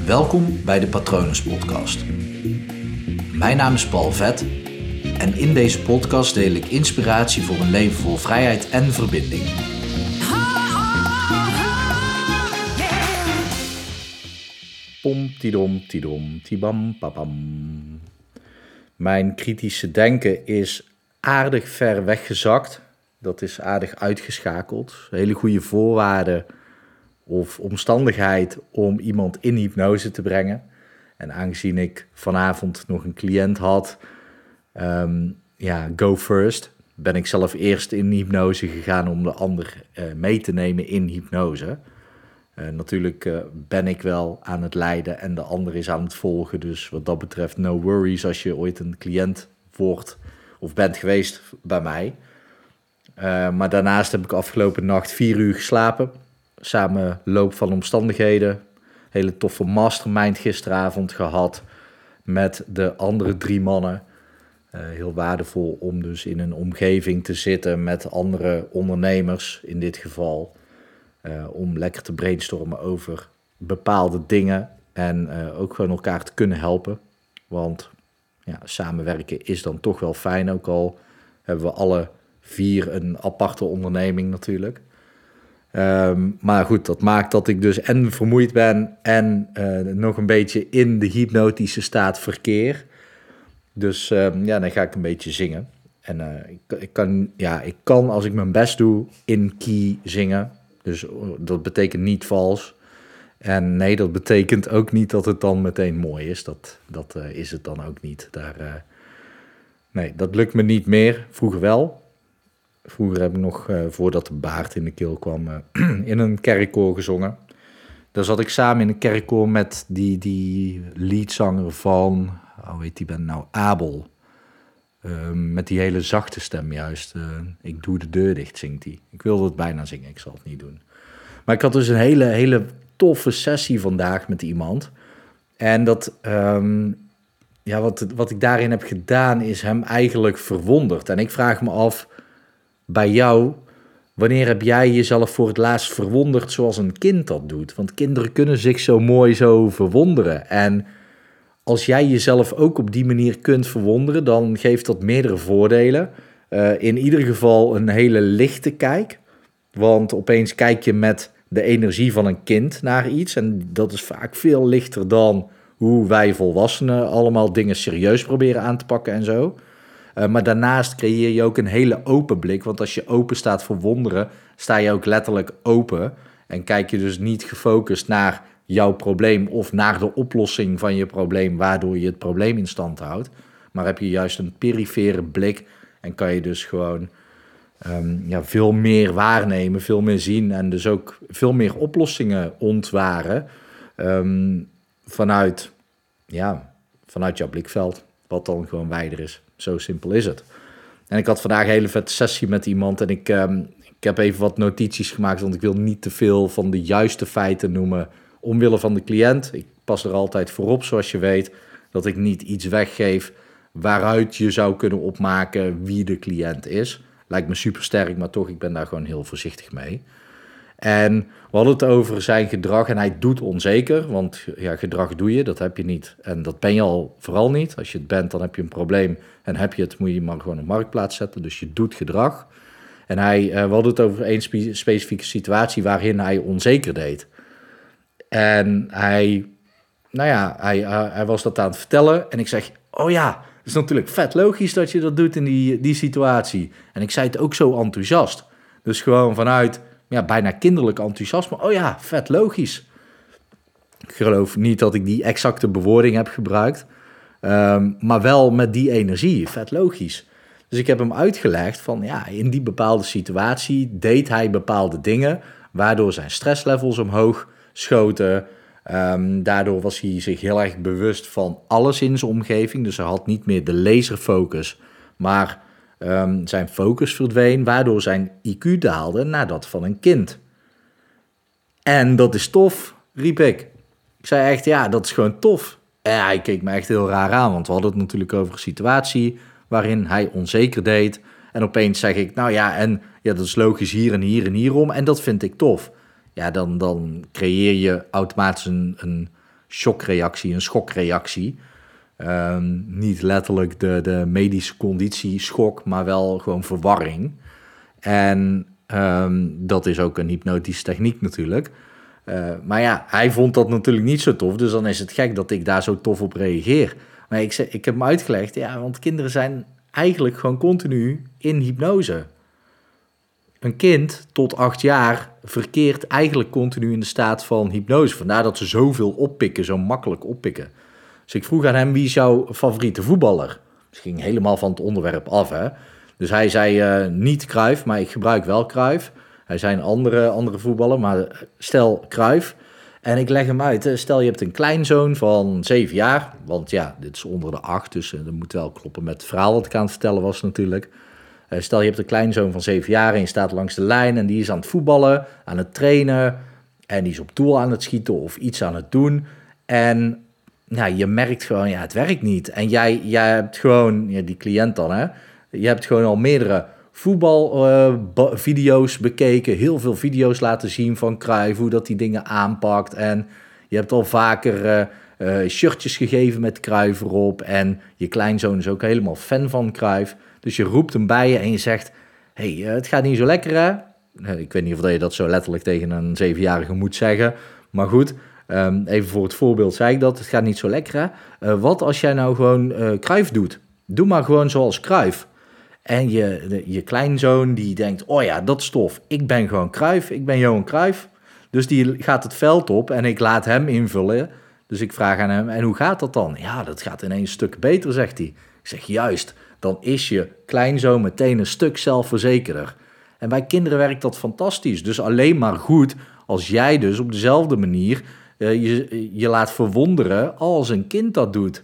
Welkom bij de Patronus Podcast. Mijn naam is Paul Vet en in deze podcast deel ik inspiratie voor een leven vol vrijheid en verbinding. Pom, tidom, tidom, tibam, papam. Mijn kritische denken is aardig ver weggezakt. Dat is aardig uitgeschakeld. Hele goede voorwaarden of omstandigheid om iemand in hypnose te brengen. En aangezien ik vanavond nog een cliënt had, go first, ben ik zelf eerst in hypnose gegaan om de ander mee te nemen in hypnose. Natuurlijk ben ik wel aan het leiden en de ander is aan het volgen. Dus wat dat betreft no worries als je ooit een cliënt wordt of bent geweest bij mij. Maar daarnaast heb ik afgelopen nacht 4 uur geslapen. Samen loop van omstandigheden. Hele toffe mastermind gisteravond gehad met de andere 3 mannen. Heel waardevol om dus in een omgeving te zitten met andere ondernemers in dit geval. Om lekker te brainstormen over bepaalde dingen en ook gewoon elkaar te kunnen helpen. Want ja, samenwerken is dan toch wel fijn, ook al hebben we alle 4 een aparte onderneming natuurlijk. Maar goed, dat maakt dat ik dus en vermoeid ben en nog een beetje in de hypnotische staat verkeer. Dus dan ga ik een beetje zingen. En ik kan als ik mijn best doe in key zingen. Dus dat betekent niet vals. En nee, dat betekent ook niet dat het dan meteen mooi is. Dat is het dan ook niet. Nee, dat lukt me niet meer. Vroeger wel. Vroeger heb ik nog, voordat de baard in de keel kwam, in een kerkkoor gezongen. Daar zat ik samen in een kerkkoor met die leadzanger van, hoe heet die band nou, Abel. Met die hele zachte stem juist. Ik doe de deur dicht, zingt hij. Ik wilde het bijna zingen, ik zal het niet doen. Maar ik had dus een hele toffe sessie vandaag met iemand. En wat ik daarin heb gedaan is hem eigenlijk verwonderd. En ik vraag me af, bij jou, wanneer heb jij jezelf voor het laatst verwonderd zoals een kind dat doet? Want kinderen kunnen zich zo mooi zo verwonderen. En als jij jezelf ook op die manier kunt verwonderen, dan geeft dat meerdere voordelen. In ieder geval een hele lichte kijk. Want opeens kijk je met de energie van een kind naar iets. En dat is vaak veel lichter dan hoe wij volwassenen allemaal dingen serieus proberen aan te pakken en zo. Maar daarnaast creëer je ook een hele open blik. Want als je open staat voor wonderen, sta je ook letterlijk open. En kijk je dus niet gefocust naar jouw probleem of naar de oplossing van je probleem, waardoor je het probleem in stand houdt. Maar heb je juist een perifere blik en kan je dus gewoon veel meer waarnemen, veel meer zien en dus ook veel meer oplossingen ontwaren vanuit jouw blikveld, wat dan gewoon wijder is. Zo simpel is het. En ik had vandaag een hele vette sessie met iemand en ik heb even wat notities gemaakt, want ik wil niet te veel van de juiste feiten noemen omwille van de cliënt. Ik pas er altijd voor op, zoals je weet, dat ik niet iets weggeef waaruit je zou kunnen opmaken wie de cliënt is. Lijkt me super sterk, maar toch, ik ben daar gewoon heel voorzichtig mee. En we hadden het over zijn gedrag en hij doet onzeker, want ja, gedrag doe je, dat heb je niet. En dat ben je al vooral niet. Als je het bent, dan heb je een probleem en heb je het, moet je maar gewoon op marktplaats zetten. Dus je doet gedrag. En we hadden het over één specifieke situatie waarin hij onzeker deed. En hij was dat aan het vertellen en ik zeg, oh ja, het is natuurlijk vet logisch dat je dat doet in die situatie. En ik zei het ook zo enthousiast. Dus gewoon vanuit bijna kinderlijk enthousiasme. Oh ja, vet logisch. Ik geloof niet dat ik die exacte bewoording heb gebruikt. Maar wel met die energie, vet logisch. Dus ik heb hem uitgelegd van in die bepaalde situatie deed hij bepaalde dingen, waardoor zijn stresslevels omhoog schoten. Daardoor was hij zich heel erg bewust van alles in zijn omgeving. Dus hij had niet meer de laserfocus, maar zijn focus verdween, waardoor zijn IQ daalde naar dat van een kind. En dat is tof, riep ik. Ik zei echt, dat is gewoon tof. En hij keek me echt heel raar aan, want we hadden het natuurlijk over een situatie waarin hij onzeker deed. En opeens zeg ik, dat is logisch hier en hier en hierom. En dat vind ik tof. Ja, dan creëer je automatisch een shockreactie, een schokreactie. Niet letterlijk de medische conditie schok, maar wel gewoon verwarring. En dat is ook een hypnotische techniek natuurlijk. Maar ja, hij vond dat natuurlijk niet zo tof, dus dan is het gek dat ik daar zo tof op reageer. Maar ik heb hem uitgelegd, ja, want kinderen zijn eigenlijk gewoon continu in hypnose. Een kind tot 8 jaar verkeert eigenlijk continu in de staat van hypnose. Vandaar dat ze zoveel oppikken, zo makkelijk oppikken. Dus ik vroeg aan hem, wie is jouw favoriete voetballer? Het ging helemaal van het onderwerp af, hè. Dus hij zei niet Cruyff, maar ik gebruik wel Cruyff. Hij zei een andere voetballer, maar stel Cruyff. En ik leg hem uit, stel je hebt een kleinzoon van 7 jaar. Want ja, dit is onder de 8, dus dat moet wel kloppen met het verhaal wat ik aan het vertellen was natuurlijk. Stel je hebt een kleinzoon van 7 jaar en je staat langs de lijn en die is aan het voetballen, aan het trainen. En die is op doel aan het schieten of iets aan het doen. En ja, je merkt gewoon, ja, het werkt niet. En jij hebt gewoon, ja, die cliënt dan, hè. Je hebt gewoon al meerdere voetbalvideo's bekeken. Heel veel video's laten zien van Cruyff, hoe dat die dingen aanpakt. En je hebt al vaker shirtjes gegeven met Cruyff erop. En je kleinzoon is ook helemaal fan van Cruyff. Dus je roept hem bij je en je zegt, hey, het gaat niet zo lekker, hè? Ik weet niet of je dat zo letterlijk tegen een 7-jarige moet zeggen. Maar goed, even voor het voorbeeld zei ik dat. Het gaat niet zo lekker, hè? Wat als jij nou gewoon Cruyff doet? Doe maar gewoon zoals Cruyff. En je kleinzoon die denkt, oh ja, dat is tof. Ik ben gewoon Cruyff, ik ben Johan Cruyff. Dus die gaat het veld op en ik laat hem invullen. Dus ik vraag aan hem, en hoe gaat dat dan? Ja, dat gaat ineens een stuk beter, zegt hij. Ik zeg, juist, dan is je kleinzoon meteen een stuk zelfverzekerder. En bij kinderen werkt dat fantastisch. Dus alleen maar goed als jij dus op dezelfde manier je laat verwonderen als een kind dat doet.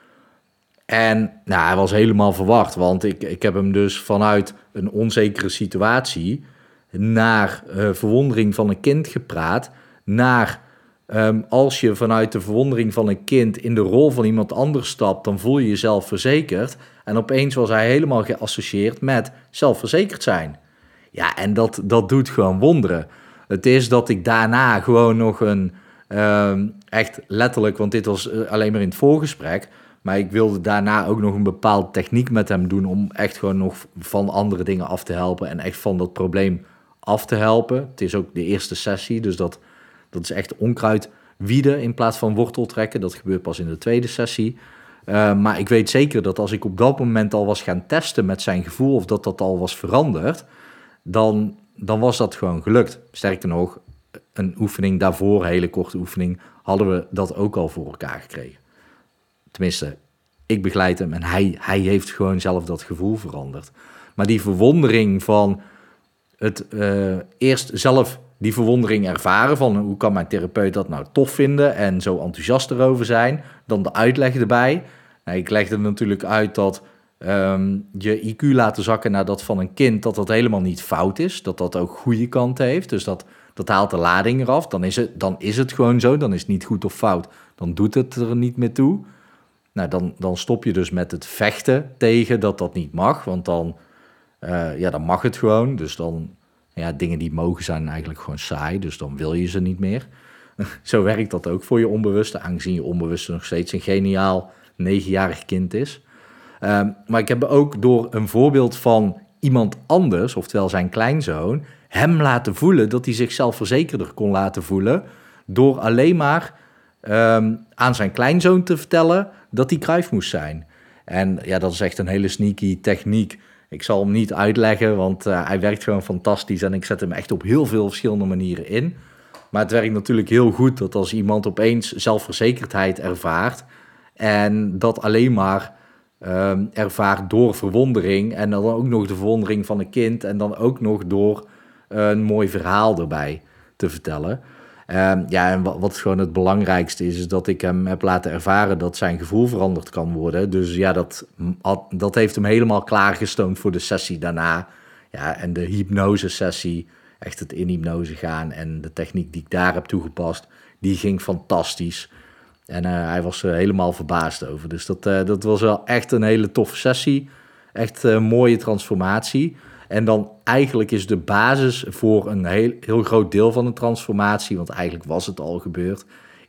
En nou, hij was helemaal verward, want ik heb hem dus vanuit een onzekere situatie naar verwondering van een kind gepraat, naar als je vanuit de verwondering van een kind in de rol van iemand anders stapt, dan voel je jezelf verzekerd. En opeens was hij helemaal geassocieerd met zelfverzekerd zijn. Ja, en dat doet gewoon wonderen. Het is dat ik daarna gewoon nog echt letterlijk, want dit was alleen maar in het voorgesprek, maar ik wilde daarna ook nog een bepaalde techniek met hem doen om echt gewoon nog van andere dingen af te helpen en echt van dat probleem af te helpen. Het is ook de eerste sessie, dus dat is echt onkruid wieden in plaats van wortel trekken. Dat gebeurt pas in de tweede sessie. Maar ik weet zeker dat als ik op dat moment al was gaan testen met zijn gevoel of dat al was veranderd, dan was dat gewoon gelukt. Sterker nog, een oefening daarvoor, een hele korte oefening, hadden we dat ook al voor elkaar gekregen. Tenminste, ik begeleid hem en hij heeft gewoon zelf dat gevoel veranderd. Maar die verwondering van het eerst zelf die verwondering ervaren van hoe kan mijn therapeut dat nou tof vinden en zo enthousiast erover zijn, dan de uitleg erbij. Nou, ik legde natuurlijk uit dat je IQ laten zakken naar dat van een kind, dat helemaal niet fout is, dat ook goede kanten heeft. Dus dat haalt de lading eraf. Dan is het gewoon zo, dan is het niet goed of fout. Dan doet het er niet meer toe. Nou, dan stop je dus met het vechten tegen dat niet mag, want dan mag het gewoon. Dus dan, ja, dingen die mogen zijn eigenlijk gewoon saai, dus dan wil je ze niet meer. Zo werkt dat ook voor je onbewuste, aangezien je onbewuste nog steeds een geniaal 9-jarig kind is. Maar ik heb ook door een voorbeeld van iemand anders, oftewel zijn kleinzoon, hem laten voelen dat hij zichzelf verzekerder kon laten voelen, door alleen maar aan zijn kleinzoon te vertellen dat hij Cruyff moest zijn. En ja, dat is echt een hele sneaky techniek. Ik zal hem niet uitleggen, want hij werkt gewoon fantastisch en ik zet hem echt op heel veel verschillende manieren in. Maar het werkt natuurlijk heel goed dat als iemand opeens zelfverzekerdheid ervaart en dat alleen maar ervaart door verwondering en dan ook nog de verwondering van een kind en dan ook nog door een mooi verhaal erbij te vertellen. En wat gewoon het belangrijkste is dat ik hem heb laten ervaren dat zijn gevoel veranderd kan worden. Dus ja, dat heeft hem helemaal klaargestoomd voor de sessie daarna. Ja, en de hypnose-sessie, echt het in hypnose gaan en de techniek die ik daar heb toegepast, die ging fantastisch. En hij was er helemaal verbaasd over. Dus dat was wel echt een hele toffe sessie. Echt een mooie transformatie. En dan eigenlijk is de basis voor een heel groot deel van de transformatie, want eigenlijk was het al gebeurd,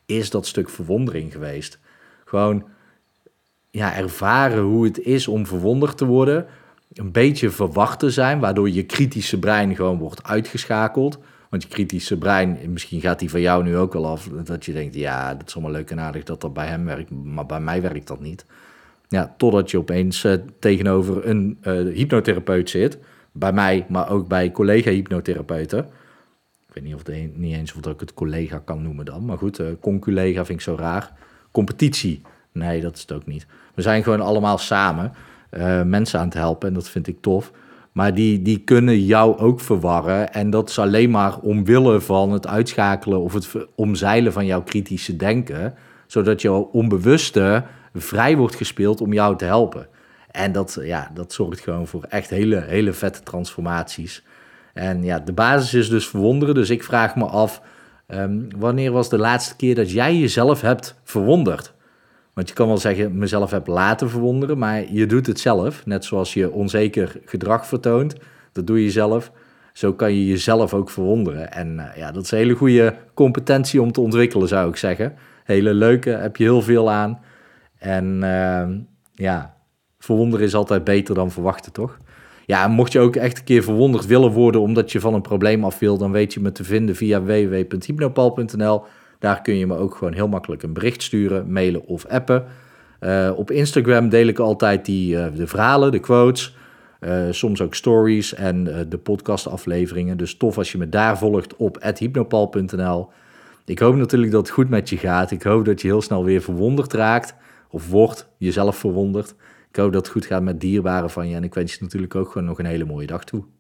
is dat stuk verwondering geweest. Gewoon ervaren hoe het is om verwonderd te worden. Een beetje verwacht te zijn, waardoor je kritische brein gewoon wordt uitgeschakeld. Want je kritische brein, misschien gaat die van jou nu ook wel af, dat je denkt, ja, dat is allemaal leuk en aardig dat bij hem werkt, maar bij mij werkt dat niet. Ja, totdat je opeens tegenover een hypnotherapeut zit, bij mij, maar ook bij collega-hypnotherapeuten. Ik weet niet of niet eens of ik het collega kan noemen dan, maar goed, conculega vind ik zo raar. Competitie, nee, dat is het ook niet. We zijn gewoon allemaal samen mensen aan het helpen en dat vind ik tof. Maar die kunnen jou ook verwarren. En dat is alleen maar omwille van het uitschakelen of het omzeilen van jouw kritische denken. Zodat jouw onbewuste vrij wordt gespeeld om jou te helpen. En dat zorgt gewoon voor echt hele vette transformaties. En ja, de basis is dus verwonderen. Dus ik vraag me af, wanneer was de laatste keer dat jij jezelf hebt verwonderd? Want je kan wel zeggen, mezelf heb laten verwonderen, maar je doet het zelf. Net zoals je onzeker gedrag vertoont, dat doe je zelf. Zo kan je jezelf ook verwonderen. En dat is een hele goede competentie om te ontwikkelen, zou ik zeggen. Hele leuke, heb je heel veel aan. En verwonderen is altijd beter dan verwachten, toch? Ja, en mocht je ook echt een keer verwonderd willen worden omdat je van een probleem af wil, dan weet je me te vinden via www.hypnopal.nl. Daar kun je me ook gewoon heel makkelijk een bericht sturen, mailen of appen. Op Instagram deel ik altijd de verhalen, de quotes, soms ook stories en de podcastafleveringen. Dus tof als je me daar volgt op @hypnopal.nl. Ik hoop natuurlijk dat het goed met je gaat. Ik hoop dat je heel snel weer verwonderd raakt of wordt jezelf verwonderd. Ik hoop dat het goed gaat met dierbaren van je en ik wens je natuurlijk ook gewoon nog een hele mooie dag toe.